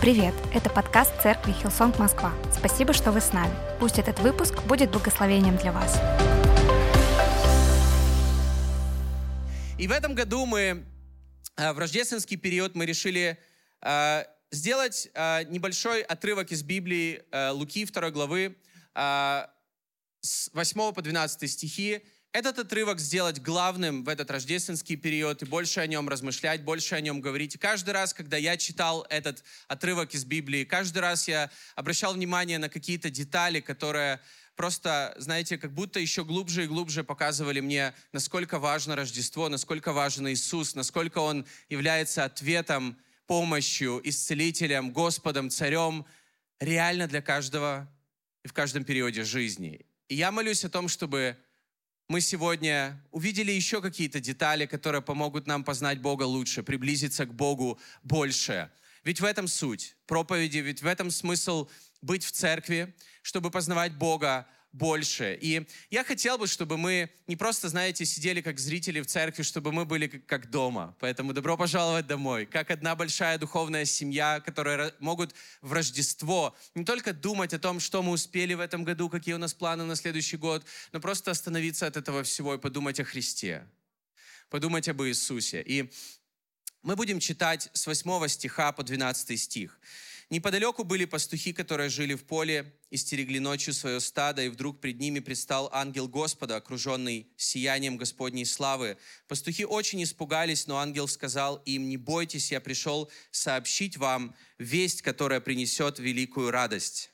Привет! Это подкаст церкви Хиллсонг Москва. Спасибо, что вы с нами. Пусть этот выпуск будет благословением для вас. И в этом году в рождественский период мы решили сделать небольшой отрывок из Библии Луки 2 главы с 8 по 12 стихи. Этот отрывок сделать главным в этот рождественский период и больше о нем размышлять, больше о нем говорить. И каждый раз, когда я читал этот отрывок из Библии, каждый раз я обращал внимание на какие-то детали, которые просто, знаете, как будто еще глубже и глубже показывали мне, насколько важно Рождество, насколько важен Иисус, насколько Он является ответом, помощью, исцелителем, Господом, Царем реально для каждого и в каждом периоде жизни. И я молюсь о том, чтобы мы сегодня увидели еще какие-то детали, которые помогут нам познать Бога лучше, приблизиться к Богу больше. Ведь в этом суть проповеди, ведь в этом смысл быть в церкви, чтобы познавать Бога больше. И я хотел бы, чтобы мы не просто, знаете, сидели как зрители в церкви, чтобы мы были как дома. Поэтому добро пожаловать домой. Как одна большая духовная семья, которые могут в Рождество не только думать о том, что мы успели в этом году, какие у нас планы на следующий год, но просто остановиться от этого всего и подумать о Христе. Подумать об Иисусе. И мы будем читать с 8 стиха по 12 стих. «Неподалеку были пастухи, которые жили в поле и стерегли ночью свое стадо, и вдруг пред ними предстал ангел Господа, окруженный сиянием Господней славы. Пастухи очень испугались, но ангел сказал им: не бойтесь, я пришел сообщить вам весть, которая принесет великую радость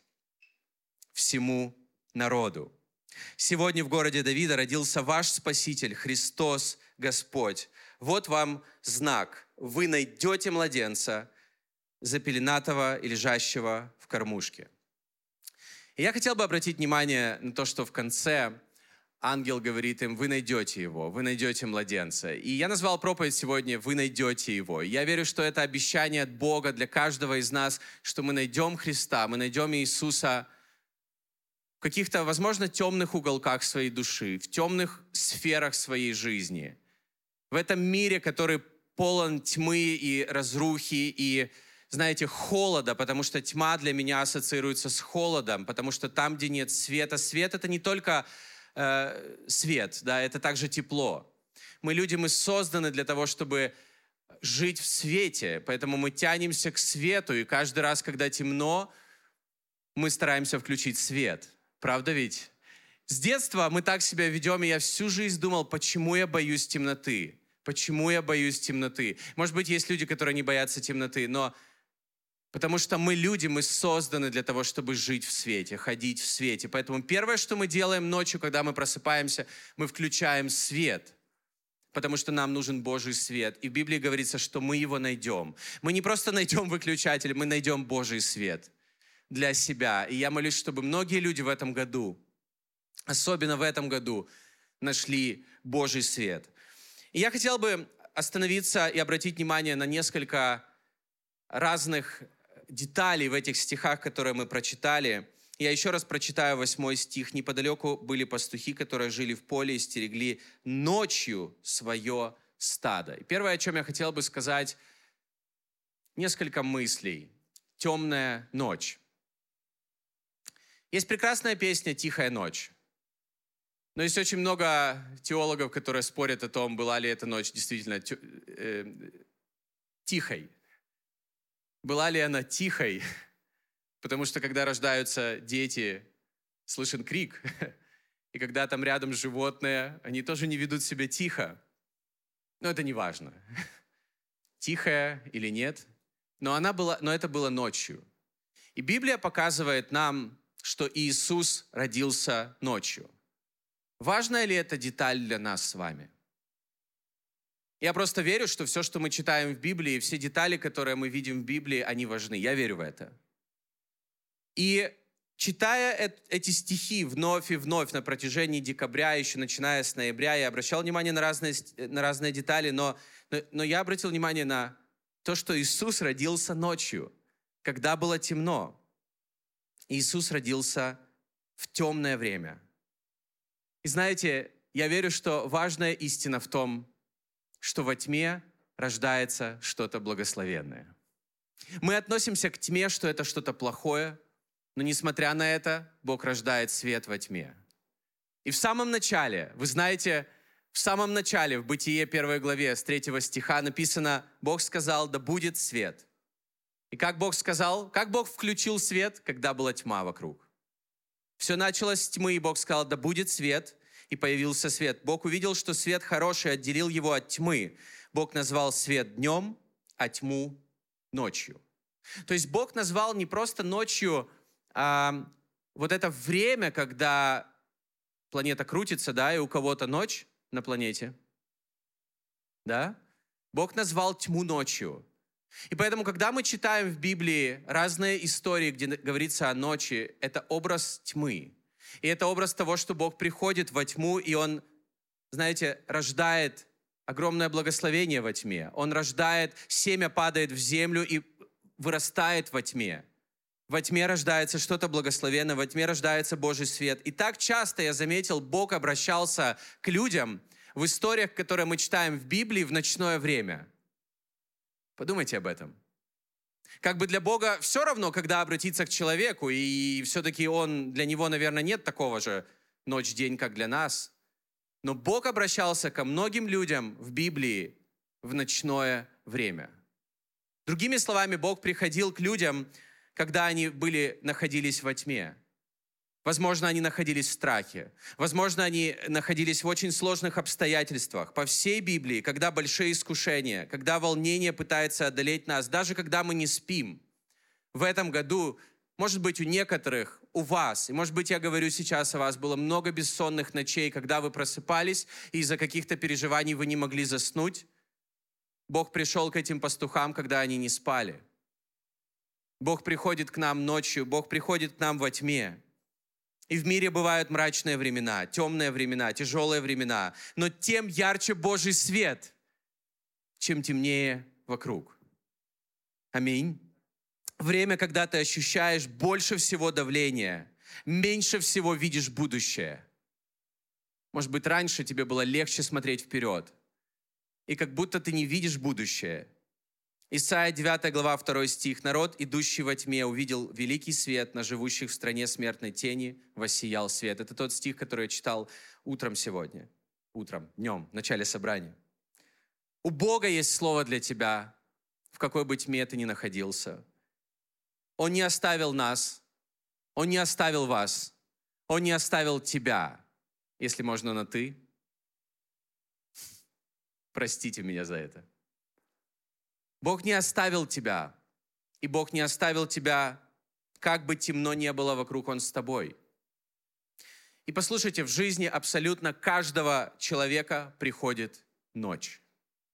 всему народу. Сегодня в городе Давида родился ваш Спаситель, Христос Господь. Вот вам знак. Вы найдете младенца, запеленатого и лежащего в кормушке». И я хотел бы обратить внимание на то, что в конце ангел говорит им: вы найдете его, вы найдете младенца. И я назвал проповедь сегодня «Вы найдете его». И я верю, что это обещание от Бога для каждого из нас, что мы найдем Христа, мы найдем Иисуса в каких-то, возможно, темных уголках своей души, в темных сферах своей жизни. В этом мире, который полон тьмы и разрухи, и, знаете, холода, потому что тьма для меня ассоциируется с холодом, потому что там, где нет света, свет — это не только свет, да, это также тепло. Мы люди, мы созданы для того, чтобы жить в свете, поэтому мы тянемся к свету, и каждый раз, когда темно, мы стараемся включить свет. Правда ведь? С детства мы так себя ведем, и я всю жизнь думал, почему я боюсь темноты? Почему я боюсь темноты? Может быть, есть люди, которые не боятся темноты, но потому что мы люди, мы созданы для того, чтобы жить в свете, ходить в свете. Поэтому первое, что мы делаем ночью, когда мы просыпаемся, мы включаем свет, потому что нам нужен Божий свет. И в Библии говорится, что мы его найдем. Мы не просто найдем выключатель, мы найдем Божий свет для себя. И я молюсь, чтобы многие люди в этом году, особенно в этом году, нашли Божий свет. И я хотел бы остановиться и обратить внимание на несколько разных деталей в этих стихах, которые мы прочитали. Я еще раз прочитаю 8 стих. «Неподалеку были пастухи, которые жили в поле и стерегли ночью свое стадо». И первое, о чем я хотел бы сказать, несколько мыслей. Темная ночь. Есть прекрасная песня «Тихая ночь». Но есть очень много теологов, которые спорят о том, была ли эта ночь действительно тихой. Была ли она тихой? Потому что когда рождаются дети, слышен крик. И когда там рядом животные, они тоже не ведут себя тихо. Но это не важно. Тихая или нет. Но это было ночью. И Библия показывает нам, что Иисус родился ночью. Важная ли эта деталь для нас с вами? Я просто верю, что все, что мы читаем в Библии, все детали, которые мы видим в Библии, они важны. Я верю в это. И читая эти стихи вновь и вновь на протяжении декабря, еще начиная с ноября, я обращал внимание на разные детали, но я обратил внимание на то, что Иисус родился ночью, когда было темно. Иисус родился в темное время. И знаете, я верю, что важная истина в том, что во тьме рождается что-то благословенное. Мы относимся к тьме, что это что-то плохое, но несмотря на это, Бог рождает свет во тьме. И в самом начале, вы знаете, в самом начале, в Бытие 1 главе, с 3 стиха написано, Бог сказал, да будет свет. И как Бог сказал, как Бог включил свет, когда была тьма вокруг? Все началось с тьмы, и Бог сказал, да будет свет, и появился свет. Бог увидел, что свет хороший, отделил его от тьмы. Бог назвал свет днем, а тьму ночью. То есть Бог назвал не просто ночью вот это время, когда планета крутится, да, и у кого-то ночь на планете, да? Бог назвал тьму ночью. И поэтому, когда мы читаем в Библии разные истории, где говорится о ночи, это образ тьмы. И это образ того, что Бог приходит во тьму, и Он, знаете, рождает огромное благословение во тьме. Он рождает, семя падает в землю и вырастает во тьме. Во тьме рождается что-то благословенное, во тьме рождается Божий свет. И так часто, я заметил, Бог обращался к людям в историях, которые мы читаем в Библии, в ночное время. Подумайте об этом. Как бы для Бога все равно, когда обратиться к человеку, и все-таки для него, наверное, нет такого же ночь-день, как для нас. Но Бог обращался ко многим людям в Библии в ночное время. Другими словами, Бог приходил к людям, когда они находились во тьме. Возможно, они находились в страхе. Возможно, они находились в очень сложных обстоятельствах. По всей Библии, когда большие искушения, когда волнение пытается одолеть нас, даже когда мы не спим. В этом году, может быть, у некоторых, у вас, и может быть, я говорю сейчас о вас, было много бессонных ночей, когда вы просыпались, и из-за каких-то переживаний вы не могли заснуть. Бог пришел к этим пастухам, когда они не спали. Бог приходит к нам ночью, Бог приходит к нам во тьме. И в мире бывают мрачные времена, темные времена, тяжелые времена, но тем ярче Божий свет, чем темнее вокруг. Аминь. Время, когда ты ощущаешь больше всего давления, меньше всего видишь будущее. Может быть, раньше тебе было легче смотреть вперед, и как будто ты не видишь будущее. Исайя 9 глава 2 стих. «Народ, идущий во тьме, увидел великий свет, на живущих в стране смертной тени воссиял свет». Это тот стих, который я читал утром сегодня. Утром, днем, в начале собрания. У Бога есть слово для тебя, в какой бы тьме ты ни находился. Он не оставил нас, Он не оставил вас, Он не оставил тебя, если можно на «ты». Простите меня за это. Бог не оставил тебя, и Бог не оставил тебя, как бы темно ни было вокруг, Он с тобой. И послушайте, в жизни абсолютно каждого человека приходит ночь.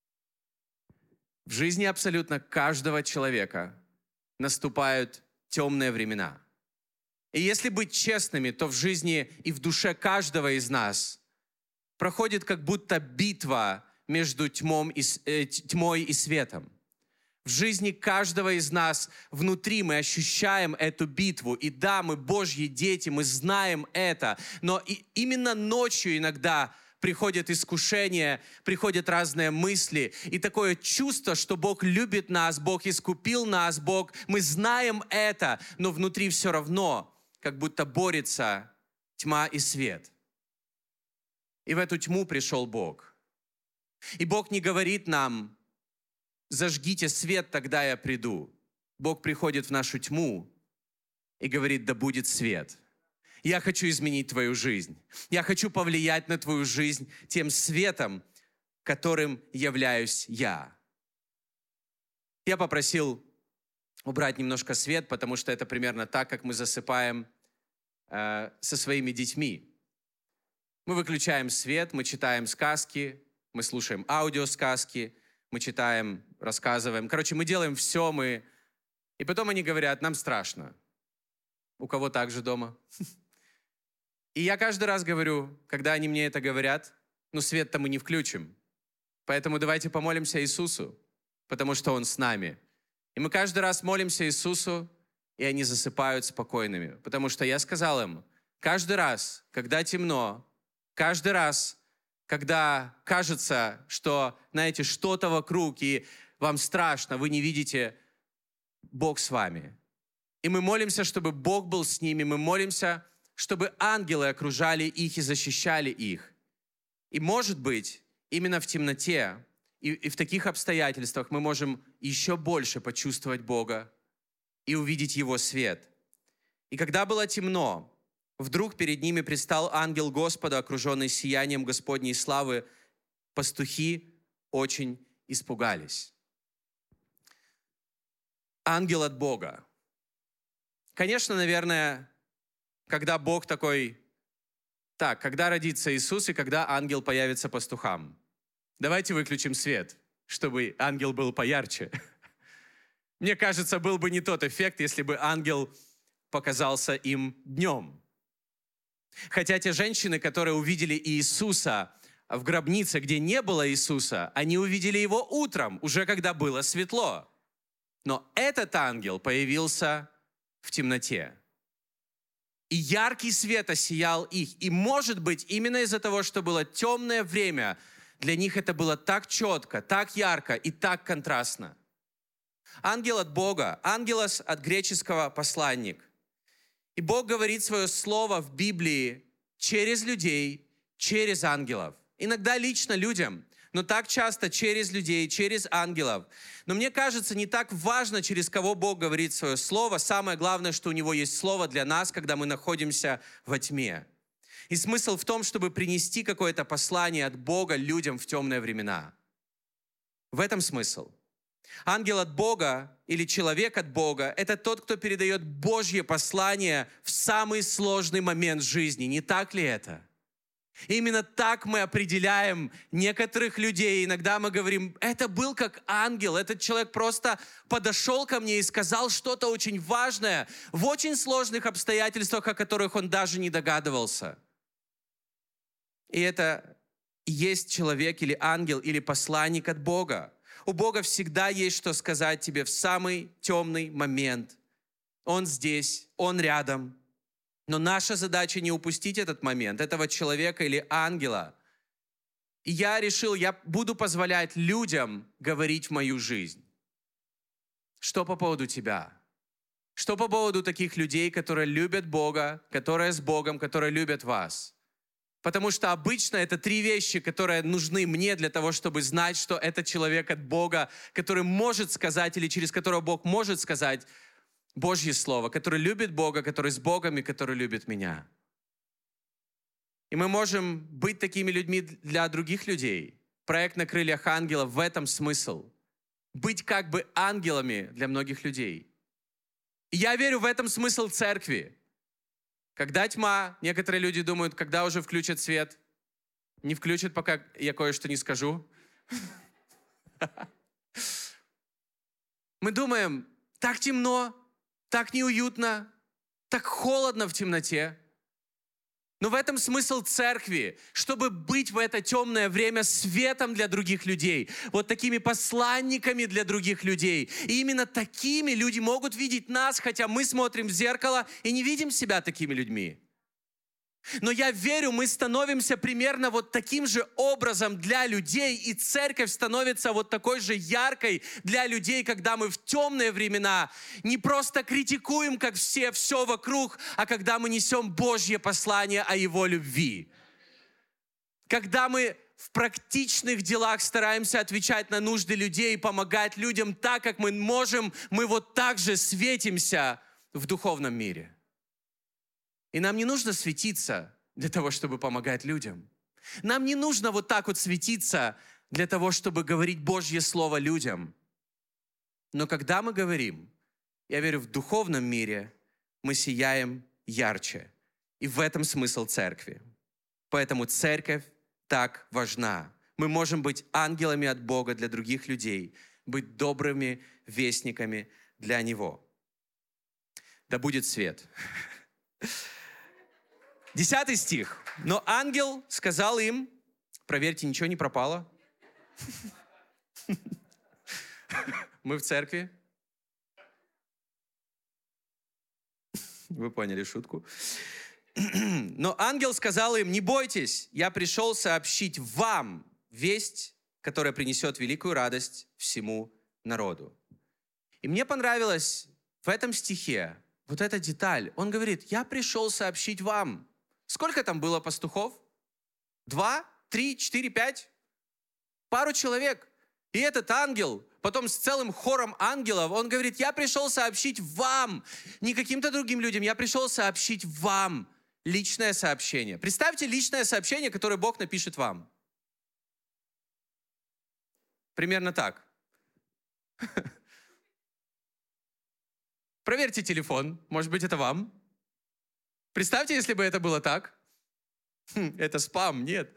В жизни абсолютно каждого человека наступают темные времена. И если быть честными, то в жизни и в душе каждого из нас проходит как будто битва между тьмой и светом. В жизни каждого из нас внутри мы ощущаем эту битву. И да, мы Божьи дети, мы знаем это. Но именно ночью иногда приходят искушения, приходят разные мысли. И такое чувство, что Бог любит нас, Бог искупил нас, мы знаем это. Но внутри все равно как будто борется тьма и свет. И в эту тьму пришел Бог. И Бог не говорит нам: зажгите свет, тогда я приду. Бог приходит в нашу тьму и говорит: да будет свет. Я хочу изменить твою жизнь. Я хочу повлиять на твою жизнь тем светом, которым являюсь я. Я попросил убрать немножко свет, потому что это примерно так, как мы засыпаем со своими детьми. Мы выключаем свет, мы читаем сказки, мы слушаем аудиосказки, мы читаем, рассказываем. Короче, мы делаем все, И потом они говорят: нам страшно. У кого так же дома? И я каждый раз говорю, когда они мне это говорят: свет-то мы не включим. Поэтому давайте помолимся Иисусу, потому что Он с нами. И мы каждый раз молимся Иисусу, и они засыпают спокойными. Потому что я сказал им: каждый раз, когда темно, каждый раз, когда кажется, что, знаете, что-то вокруг, и вам страшно, вы не видите Бог с вами. И мы молимся, чтобы Бог был с ними. Мы молимся, чтобы ангелы окружали их и защищали их. И, может быть, именно в темноте и в таких обстоятельствах мы можем еще больше почувствовать Бога и увидеть Его свет. И когда было темно, вдруг перед ними предстал ангел Господа, окруженный сиянием Господней славы. Пастухи очень испугались. Ангел от Бога. Конечно, наверное, когда Бог такой, так, когда родится Иисус и когда ангел появится пастухам? Давайте выключим свет, чтобы ангел был поярче. Мне кажется, был бы не тот эффект, если бы ангел показался им днем. Хотя те женщины, которые увидели Иисуса в гробнице, где не было Иисуса, они увидели Его утром, уже когда было светло. Но этот ангел появился в темноте. И яркий свет осиял их. И, может быть, именно из-за того, что было темное время, для них это было так четко, так ярко и так контрастно. Ангел от Бога, ангелос от греческого посланник. И Бог говорит свое слово в Библии через людей, через ангелов. Иногда лично людям, но так часто через людей, через ангелов. Но мне кажется, не так важно, через кого Бог говорит свое слово. Самое главное, что у Него есть слово для нас, когда мы находимся во тьме. И смысл в том, чтобы принести какое-то послание от Бога людям в темные времена. В этом смысл. Ангел от Бога или человек от Бога – это тот, кто передает Божье послание в самый сложный момент жизни. Не так ли это? Именно так мы определяем некоторых людей. Иногда мы говорим, это был как ангел, этот человек просто подошел ко мне и сказал что-то очень важное в очень сложных обстоятельствах, о которых он даже не догадывался. И это есть человек или ангел, или посланник от Бога. У Бога всегда есть что сказать тебе в самый темный момент. Он здесь, Он рядом. Но наша задача не упустить этот момент, этого человека или ангела. И я решил, я буду позволять людям говорить в мою жизнь. Что по поводу тебя? Что по поводу таких людей, которые любят Бога, которые с Богом, которые любят вас? Потому что обычно это 3 вещи, которые нужны мне для того, чтобы знать, что это человек от Бога, который может сказать или через которого Бог может сказать Божье Слово, который любит Бога, который с Богом и который любит меня. И мы можем быть такими людьми для других людей. Проект «На крыльях ангела» в этом смысл. Быть как бы ангелами для многих людей. И я верю в этом смысл церкви. Когда тьма, некоторые люди думают, когда уже включат свет. Не включат, пока я кое-что не скажу. Мы думаем, так темно, так неуютно, так холодно в темноте. Но в этом смысл церкви, чтобы быть в это темное время светом для других людей, вот такими посланниками для других людей. И именно такими люди могут видеть нас, хотя мы смотрим в зеркало и не видим себя такими людьми. Но я верю, мы становимся примерно вот таким же образом для людей, и церковь становится вот такой же яркой для людей, когда мы в темные времена не просто критикуем, как все вокруг, а когда мы несем Божье послание о Его любви. Когда мы в практичных делах стараемся отвечать на нужды людей и помогать людям так, как мы можем, мы вот так же светимся в духовном мире. И нам не нужно светиться для того, чтобы помогать людям. Нам не нужно вот так вот светиться для того, чтобы говорить Божье Слово людям. Но когда мы говорим, я верю, в духовном мире мы сияем ярче. И в этом смысл церкви. Поэтому церковь так важна. Мы можем быть ангелами от Бога для других людей, быть добрыми вестниками для Него. Да будет свет. 10 стих. Но ангел сказал им, проверьте, ничего не пропало. Мы в церкви. Вы поняли шутку. Но ангел сказал им, не бойтесь, я пришел сообщить вам весть, которая принесет великую радость всему народу. И мне понравилось в этом стихе вот эта деталь. Он говорит, я пришел сообщить вам. Сколько там было пастухов? 2, 3, 4, 5? Пару человек. И этот ангел, потом с целым хором ангелов, он говорит, я пришел сообщить вам, не каким-то другим людям, я пришел сообщить вам личное сообщение. Представьте личное сообщение, которое Бог напишет вам. Примерно так. Проверьте телефон, может быть, это вам. Представьте, если бы это было так. Это спам, нет.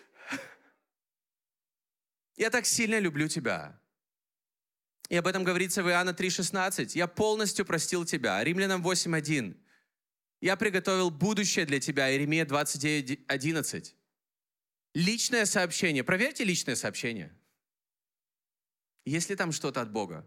Я так сильно люблю тебя. И об этом говорится в Иоанна 3,16. Я полностью простил тебя. Римлянам 8,1. Я приготовил будущее для тебя. Иеремия 29,11. Личное сообщение. Проверьте личное сообщение. Есть ли там что-то от Бога?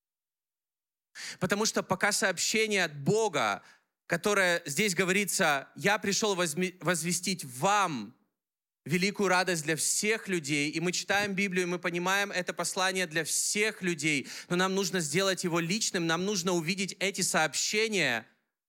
Потому что пока сообщение от Бога, которое здесь говорится, я пришел возвестить вам великую радость для всех людей. И мы читаем Библию, и мы понимаем, это послание для всех людей. Но нам нужно сделать его личным, нам нужно увидеть эти сообщения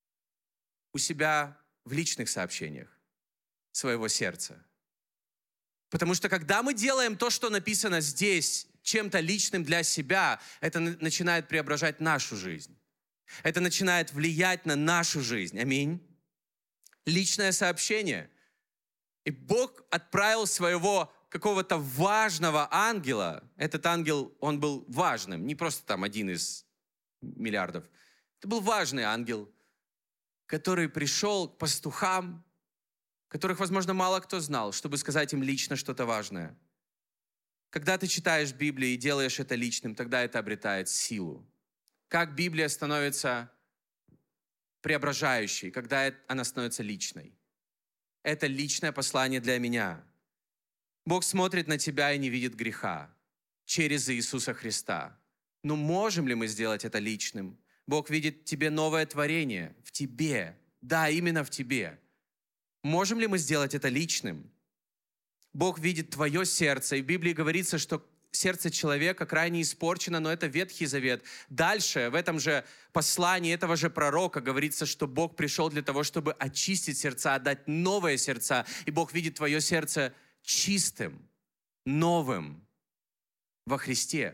у себя в личных сообщениях своего сердца. Потому что когда мы делаем то, что написано здесь, чем-то личным для себя, это начинает преображать нашу жизнь. Это начинает влиять на нашу жизнь. Аминь. Личное сообщение. И Бог отправил своего какого-то важного ангела. Этот ангел, он был важным, не просто там один из миллиардов. Это был важный ангел, который пришел к пастухам, которых, возможно, мало кто знал, чтобы сказать им лично что-то важное. Когда ты читаешь Библию и делаешь это личным, тогда это обретает силу. Как Библия становится преображающей, когда она становится личной. Это личное послание для меня. Бог смотрит на тебя и не видит греха через Иисуса Христа. Но можем ли мы сделать это личным? Бог видит в тебе новое творение, в тебе. Да, именно в тебе. Можем ли мы сделать это личным? Бог видит твое сердце. И в Библии говорится, что сердце человека крайне испорчено, но это Ветхий Завет. Дальше, в этом же послании этого же пророка говорится, что Бог пришел для того, чтобы очистить сердца, отдать новые сердца. И Бог видит твое сердце чистым, новым во Христе.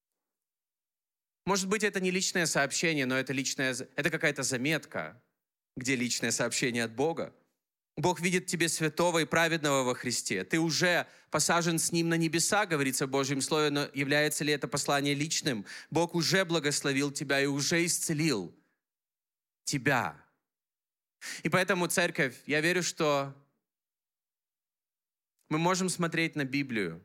Может быть, это не личное сообщение, но это какая-то заметка, где личное сообщение от Бога. Бог видит в тебе святого и праведного во Христе. Ты уже посажен с Ним на небеса, говорится в Божьем Слове, но является ли это послание личным? Бог уже благословил тебя и уже исцелил тебя. И поэтому, церковь, я верю, что мы можем смотреть на Библию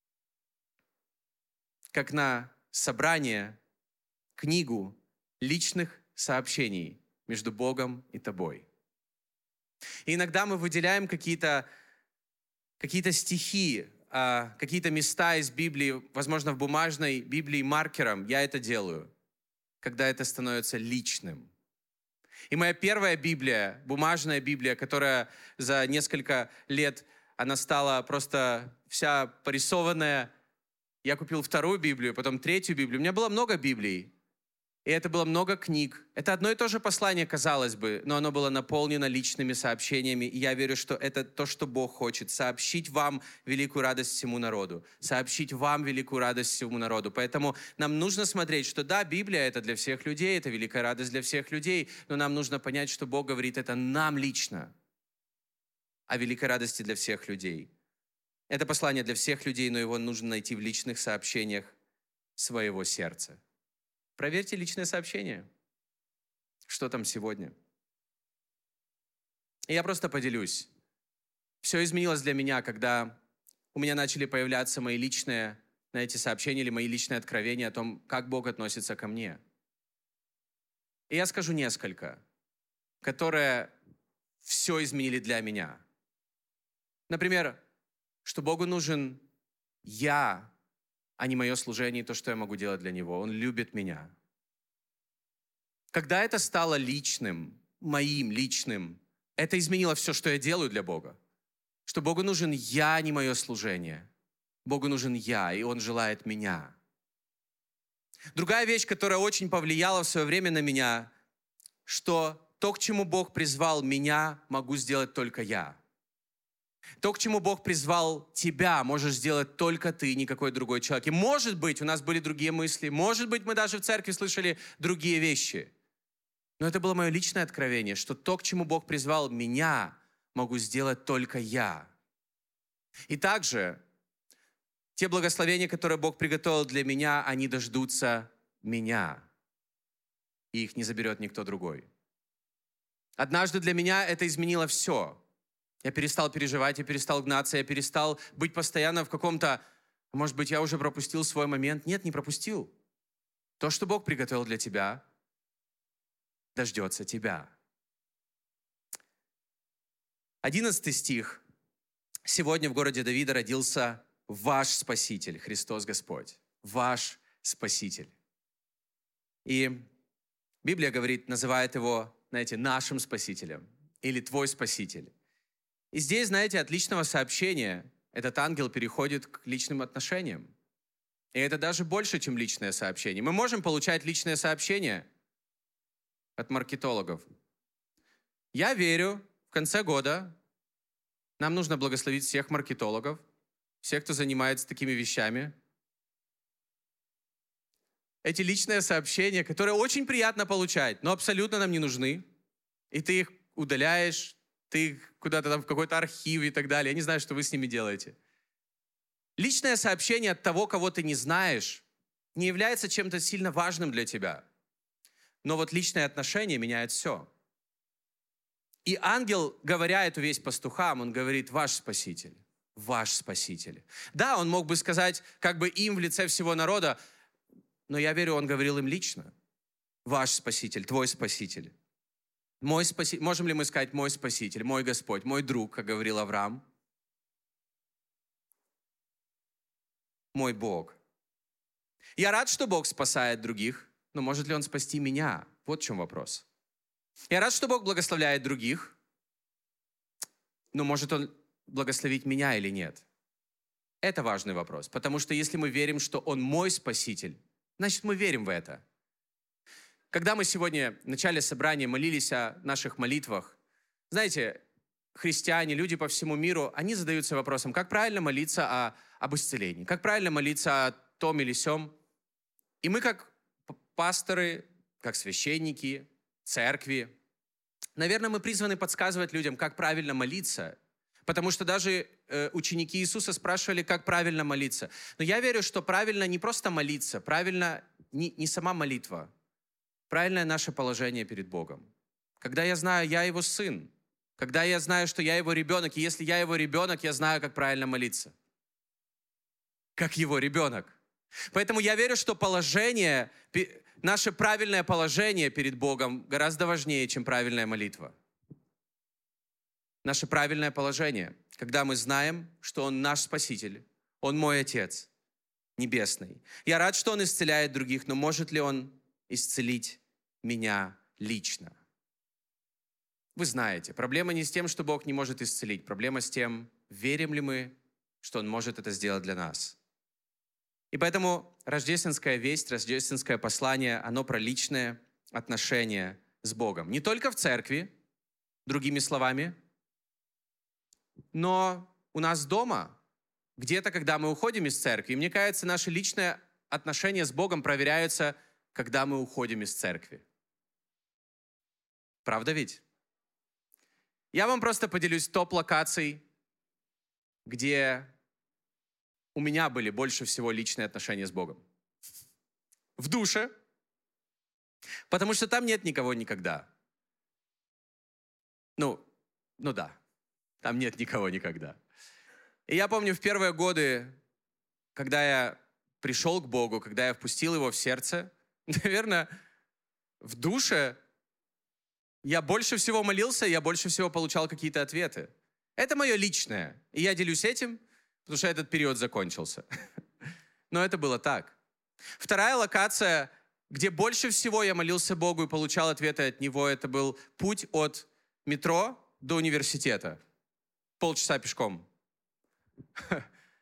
как на собрание, книгу личных сообщений между Богом и тобой. И иногда мы выделяем какие-то стихи, какие-то места из Библии, возможно, в бумажной Библии маркером. Я это делаю, когда это становится личным. И моя первая Библия, бумажная Библия, которая за несколько лет, она стала просто вся порисованная. Я купил вторую Библию, потом третью Библию. У меня было много Библий. И это было много книг. Это одно и то же послание, казалось бы, но оно было наполнено личными сообщениями. И я верю, что это то, что Бог хочет. Сообщить вам великую радость всему народу. Сообщить вам великую радость всему народу. Поэтому нам нужно смотреть, что да, Библия — это для всех людей, это великая радость для всех людей, но нам нужно понять, что Бог говорит это нам лично о великой радости для всех людей. Это послание для всех людей, но его нужно найти в личных сообщениях своего сердца. Проверьте личное сообщение. Что там сегодня? И я просто поделюсь. Все изменилось для меня, когда у меня начали появляться мои личные, знаете, сообщения или мои личные откровения о том, как Бог относится ко мне. И я скажу несколько, которые все изменили для меня. Например, что Богу нужен я, а не мое служение и то, что я могу делать для Него. Он любит меня. Когда это стало личным, моим личным, это изменило все, что я делаю для Бога. Что Богу нужен я, а не мое служение. Богу нужен я, и Он желает меня. Другая вещь, которая очень повлияла в свое время на меня, что то, к чему Бог призвал меня, могу сделать только я. То, к чему Бог призвал тебя, можешь сделать только ты, никакой другой человек. И может быть, у нас были другие мысли, может быть, мы даже в церкви слышали другие вещи. Но это было мое личное откровение, что то, к чему Бог призвал меня, могу сделать только я. И также те благословения, которые Бог приготовил для меня, они дождутся меня. И их не заберет никто другой. Однажды для меня это изменило все. Я перестал переживать, я перестал гнаться, я перестал быть постоянно в каком-то... Может быть, я уже пропустил свой момент. Нет, не пропустил. То, что Бог приготовил для тебя, дождется тебя. 11 стих. «Сегодня в городе Давида родился ваш Спаситель, Христос Господь». Ваш Спаситель. И Библия говорит, называет его, знаете, нашим Спасителем или твой Спаситель. И здесь, знаете, от личного сообщения этот ангел переходит к личным отношениям. И это даже больше, чем личное сообщение. Мы можем получать личное сообщение от маркетологов. Я верю, в конце года нам нужно благословить всех маркетологов, всех, кто занимается такими вещами. Эти личные сообщения, которые очень приятно получать, но абсолютно нам не нужны. И ты их удаляешь, ты их куда-то там в какой-то архив и так далее. Я не знаю, что вы с ними делаете. Личное сообщение от того, кого ты не знаешь, не является чем-то сильно важным для тебя. Но вот личные отношения меняют все. И ангел, говоря эту весть пастухам, он говорит, ваш Спаситель, ваш Спаситель. Да, он мог бы сказать как бы им в лице всего народа, но я верю, он говорил им лично. Ваш Спаситель, твой Спаситель. Мой Спаситель. Можем ли мы сказать мой Спаситель, мой Господь, мой друг, как говорил Авраам? Мой Бог. Я рад, что Бог спасает других, но может ли Он спасти меня? Вот в чем вопрос. Я рад, что Бог благословляет других, но может Он благословить меня или нет? Это важный вопрос, потому что если мы верим, что Он мой Спаситель, значит, мы верим в это. Когда мы сегодня в начале собрания молились о наших молитвах, знаете, христиане, люди по всему миру, они задаются вопросом, как правильно молиться об исцелении, как правильно молиться о том или сём. И мы как пасторы, как священники, церкви, наверное, мы призваны подсказывать людям, как правильно молиться, потому что даже ученики Иисуса спрашивали, как правильно молиться. Но я верю, что правильно не просто молиться, правильно не сама молитва, правильное наше положение перед Богом. Когда я знаю, я Его сын, когда я знаю, что я Его ребенок, и если я Его ребенок, я знаю, как правильно молиться. Как Его ребенок. Поэтому я верю, что положение, наше правильное положение перед Богом гораздо важнее, чем правильная молитва. Наше правильное положение, когда мы знаем, что Он наш Спаситель, Он мой Отец Небесный. Я рад, что Он исцеляет других, но может ли Он исцелить меня лично? Вы знаете, проблема не с тем, что Бог не может исцелить. Проблема с тем, верим ли мы, что Он может это сделать для нас. И поэтому рождественская весть, рождественское послание, оно про личное отношение с Богом. Не только в церкви, другими словами, но у нас дома, где-то, когда мы уходим из церкви. И мне кажется, наши личные отношения с Богом проверяются, когда мы уходим из церкви. Правда ведь? Я вам просто поделюсь топ-локаций, где у меня были больше всего личные отношения с Богом. В душе, потому что там нет никого никогда. Ну да, там нет никого никогда. И я помню в первые годы, когда я пришел к Богу, когда я впустил Его в сердце, наверное, в душе я больше всего молился, я больше всего получал какие-то ответы. Это мое личное. И я делюсь этим, потому что этот период закончился. Но это было так. Вторая локация, где больше всего я молился Богу и получал ответы от Него, это был путь от метро до университета. Полчаса пешком.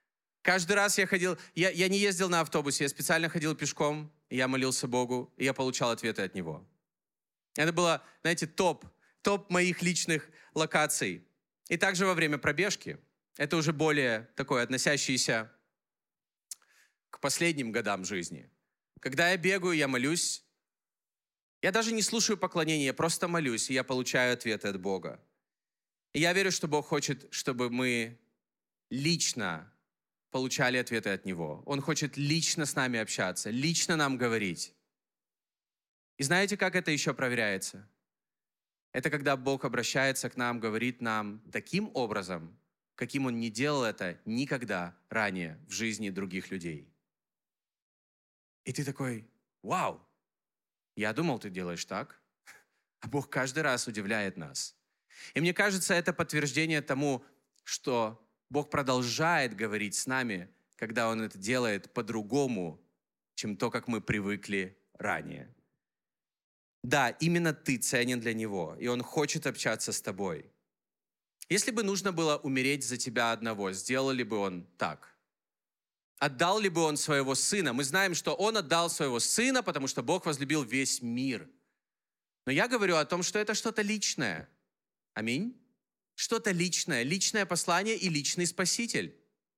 Каждый раз я ходил, я не ездил на автобусе, я специально ходил пешком, и я молился Богу, и я получал ответы от Него. Это было, знаете, топ моих личных локаций. И также во время пробежки, это уже более такое, относящееся к последним годам жизни. Когда я бегаю, я молюсь, я даже не слушаю поклонения, я просто молюсь, и я получаю ответы от Бога. И я верю, что Бог хочет, чтобы мы лично получали ответы от Него. Он хочет лично с нами общаться, лично нам говорить. И знаете, как это еще проверяется? Это когда Бог обращается к нам, говорит нам таким образом, каким Он не делал это никогда ранее в жизни других людей. И ты такой: вау, я думал, ты делаешь так, а Бог каждый раз удивляет нас. И мне кажется, это подтверждение тому, что Бог продолжает говорить с нами, когда Он это делает по-другому, чем то, как мы привыкли ранее. Да, именно ты ценен для Него, и Он хочет общаться с тобой. Если бы нужно было умереть за тебя одного, сделал ли бы Он так? Отдал ли бы Он своего Сына? Мы знаем, что Он отдал своего Сына, потому что Бог возлюбил весь мир. Но я говорю о том, что это что-то личное. Аминь? Что-то личное, личное послание и личный Спаситель.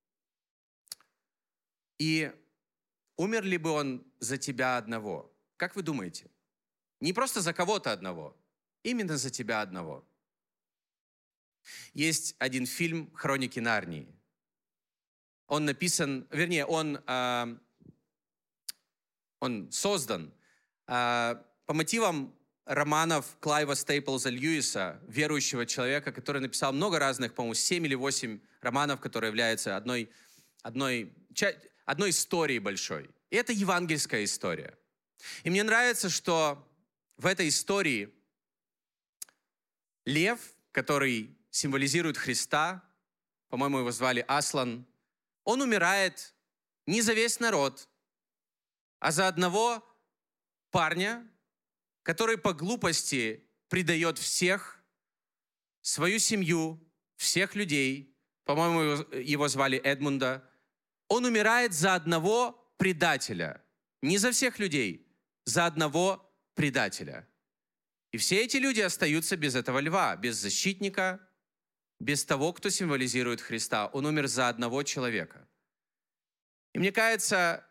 И умер ли бы Он за тебя одного? Как вы думаете? Не просто за кого-то одного, именно за тебя одного. Есть один фильм «Хроники Нарнии». Он написан, вернее, он создан по мотивам романов Клайва Стейплза Льюиса, верующего человека, который написал много разных, по-моему, 7 или 8 романов, которые являются одной историей большой. И это евангельская история. И мне нравится, что в этой истории лев, который символизирует Христа, по-моему, его звали Аслан, он умирает не за весь народ, а за одного парня, который по глупости предает всех, свою семью, всех людей. По-моему, его звали Эдмунда. Он умирает за одного предателя. Не за всех людей, за одного предателя. И все эти люди остаются без этого льва, без защитника, без того, кто символизирует Христа. Он умер за одного человека. И мне кажется,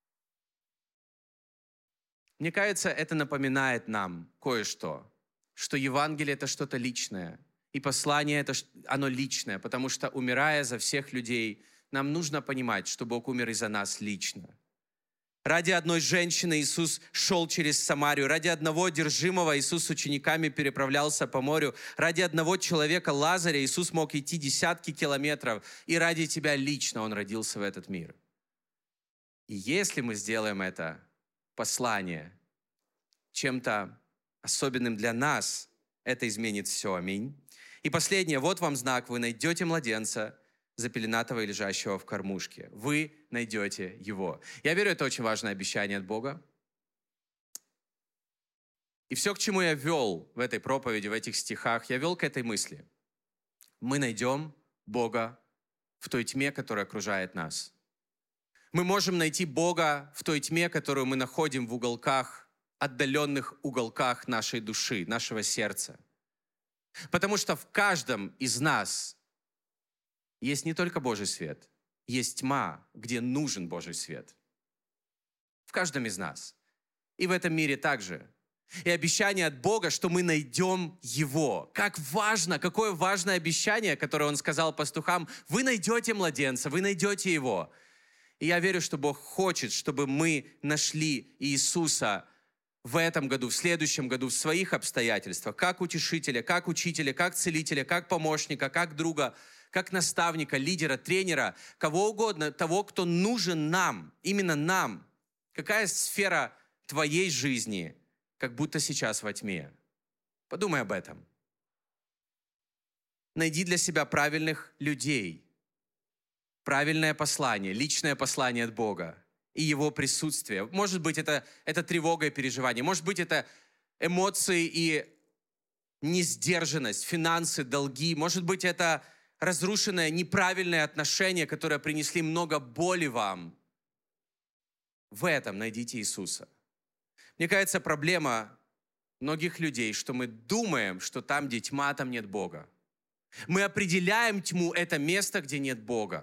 это напоминает нам кое-что, что Евангелие – это что-то личное, и послание – оно личное, потому что, умирая за всех людей, нам нужно понимать, что Бог умер и за нас лично. Ради одной женщины Иисус шел через Самарию. Ради одного одержимого Иисус с учениками переправлялся по морю. Ради одного человека, Лазаря, Иисус мог идти десятки километров. И ради тебя лично Он родился в этот мир. И если мы сделаем это послание чем-то особенным для нас, это изменит все. Аминь. И последнее. Вот вам знак. Вы найдете младенца, запеленатого и лежащего в кормушке. Вы найдете его. Я верю, это очень важное обещание от Бога. И все, к чему я вел в этой проповеди, в этих стихах, я вел к этой мысли. Мы найдем Бога в той тьме, которая окружает нас. Мы можем найти Бога в той тьме, которую мы находим в уголках, отдаленных уголках нашей души, нашего сердца. Потому что в каждом из нас есть не только Божий свет, есть тьма, где нужен Божий свет. В каждом из нас. И в этом мире также. И обещание от Бога, что мы найдем Его. Как важно, какое важное обещание, которое Он сказал пастухам. Вы найдете младенца, вы найдете Его. И я верю, что Бог хочет, чтобы мы нашли Иисуса в этом году, в следующем году, в своих обстоятельствах. Как утешителя, как учителя, как целителя, как помощника, как друга, как наставника, лидера, тренера, кого угодно, того, кто нужен нам, именно нам. Какая сфера твоей жизни, как будто сейчас во тьме? Подумай об этом. Найди для себя правильных людей, правильное послание, личное послание от Бога и Его присутствие. Может быть, это тревога и переживание, может быть, это эмоции и несдержанность, финансы, долги, может быть, это разрушенное неправильное отношение, которое принесли много боли вам, в этом найдите Иисуса. Мне кажется, проблема многих людей, что мы думаем, что там, где тьма, там нет Бога. Мы определяем тьму, это место, где нет Бога.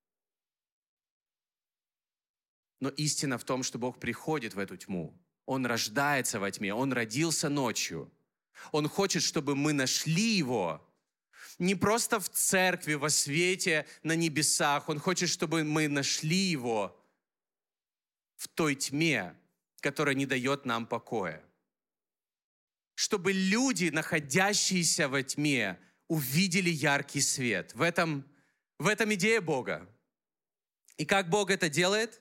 Но истина в том, что Бог приходит в эту тьму. Он рождается во тьме, Он родился ночью. Он хочет, чтобы мы нашли Его. Не просто в церкви, во свете, на небесах. Он хочет, чтобы мы нашли Его в той тьме, которая не дает нам покоя. Чтобы люди, находящиеся во тьме, увидели яркий свет. В этом идея Бога. И как Бог это делает?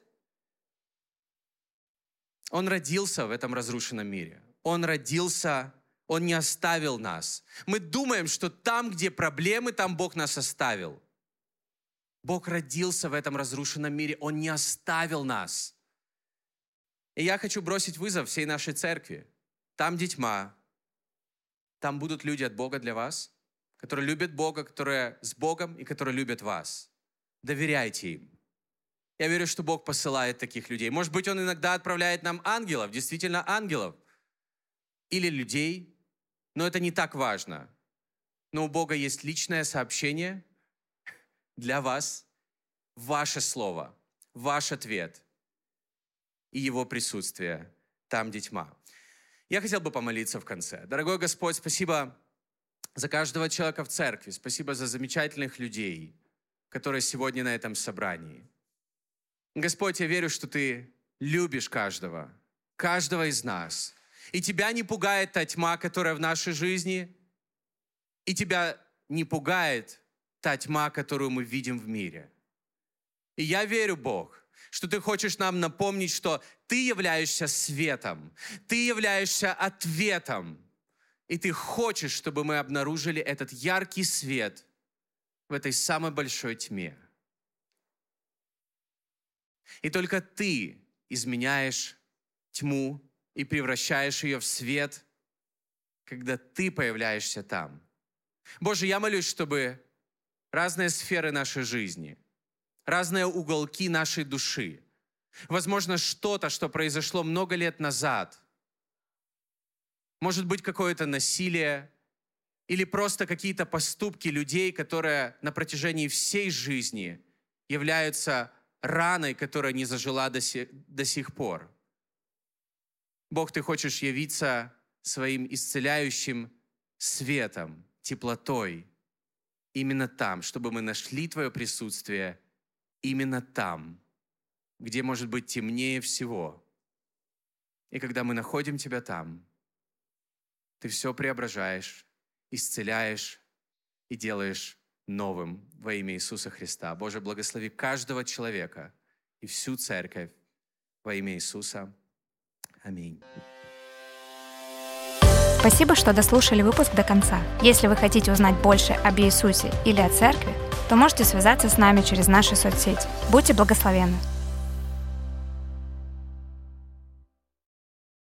Он родился в этом разрушенном мире. Он родился, Он не оставил нас. Мы думаем, что там, где проблемы, там Бог нас оставил. Бог родился в этом разрушенном мире. Он не оставил нас. И я хочу бросить вызов всей нашей церкви. Там, где тьма, там будут люди от Бога для вас, которые любят Бога, которые с Богом и которые любят вас. Доверяйте им. Я верю, что Бог посылает таких людей. Может быть, Он иногда отправляет нам ангелов, действительно ангелов, или людей, но это не так важно. Но у Бога есть личное сообщение для вас, ваше слово, ваш ответ и Его присутствие там, где тьма. Я хотел бы помолиться в конце. Дорогой Господь, спасибо за каждого человека в церкви. Спасибо за замечательных людей, которые сегодня на этом собрании. Господь, я верю, что Ты любишь каждого из нас. И Тебя не пугает та тьма, которая в нашей жизни, и Тебя не пугает та тьма, которую мы видим в мире. И я верю, Бог, что Ты хочешь нам напомнить, что Ты являешься светом, Ты являешься ответом, и Ты хочешь, чтобы мы обнаружили этот яркий свет в этой самой большой тьме. И только Ты изменяешь тьму и превращаешь ее в свет, когда Ты появляешься там. Боже, я молюсь, чтобы разные сферы нашей жизни, разные уголки нашей души, возможно, что-то, что произошло много лет назад, может быть, какое-то насилие или просто какие-то поступки людей, которые на протяжении всей жизни являются раной, которая не зажила до сих пор. Бог, Ты хочешь явиться своим исцеляющим светом, теплотой именно там, чтобы мы нашли Твое присутствие именно там, где может быть темнее всего. И когда мы находим Тебя там, Ты все преображаешь, исцеляешь и делаешь новым во имя Иисуса Христа. Боже, благослови каждого человека и всю церковь во имя Иисуса. Аминь. Спасибо, что дослушали выпуск до конца. Если вы хотите узнать больше об Иисусе или о церкви, то можете связаться с нами через наши соцсети. Будьте благословенны!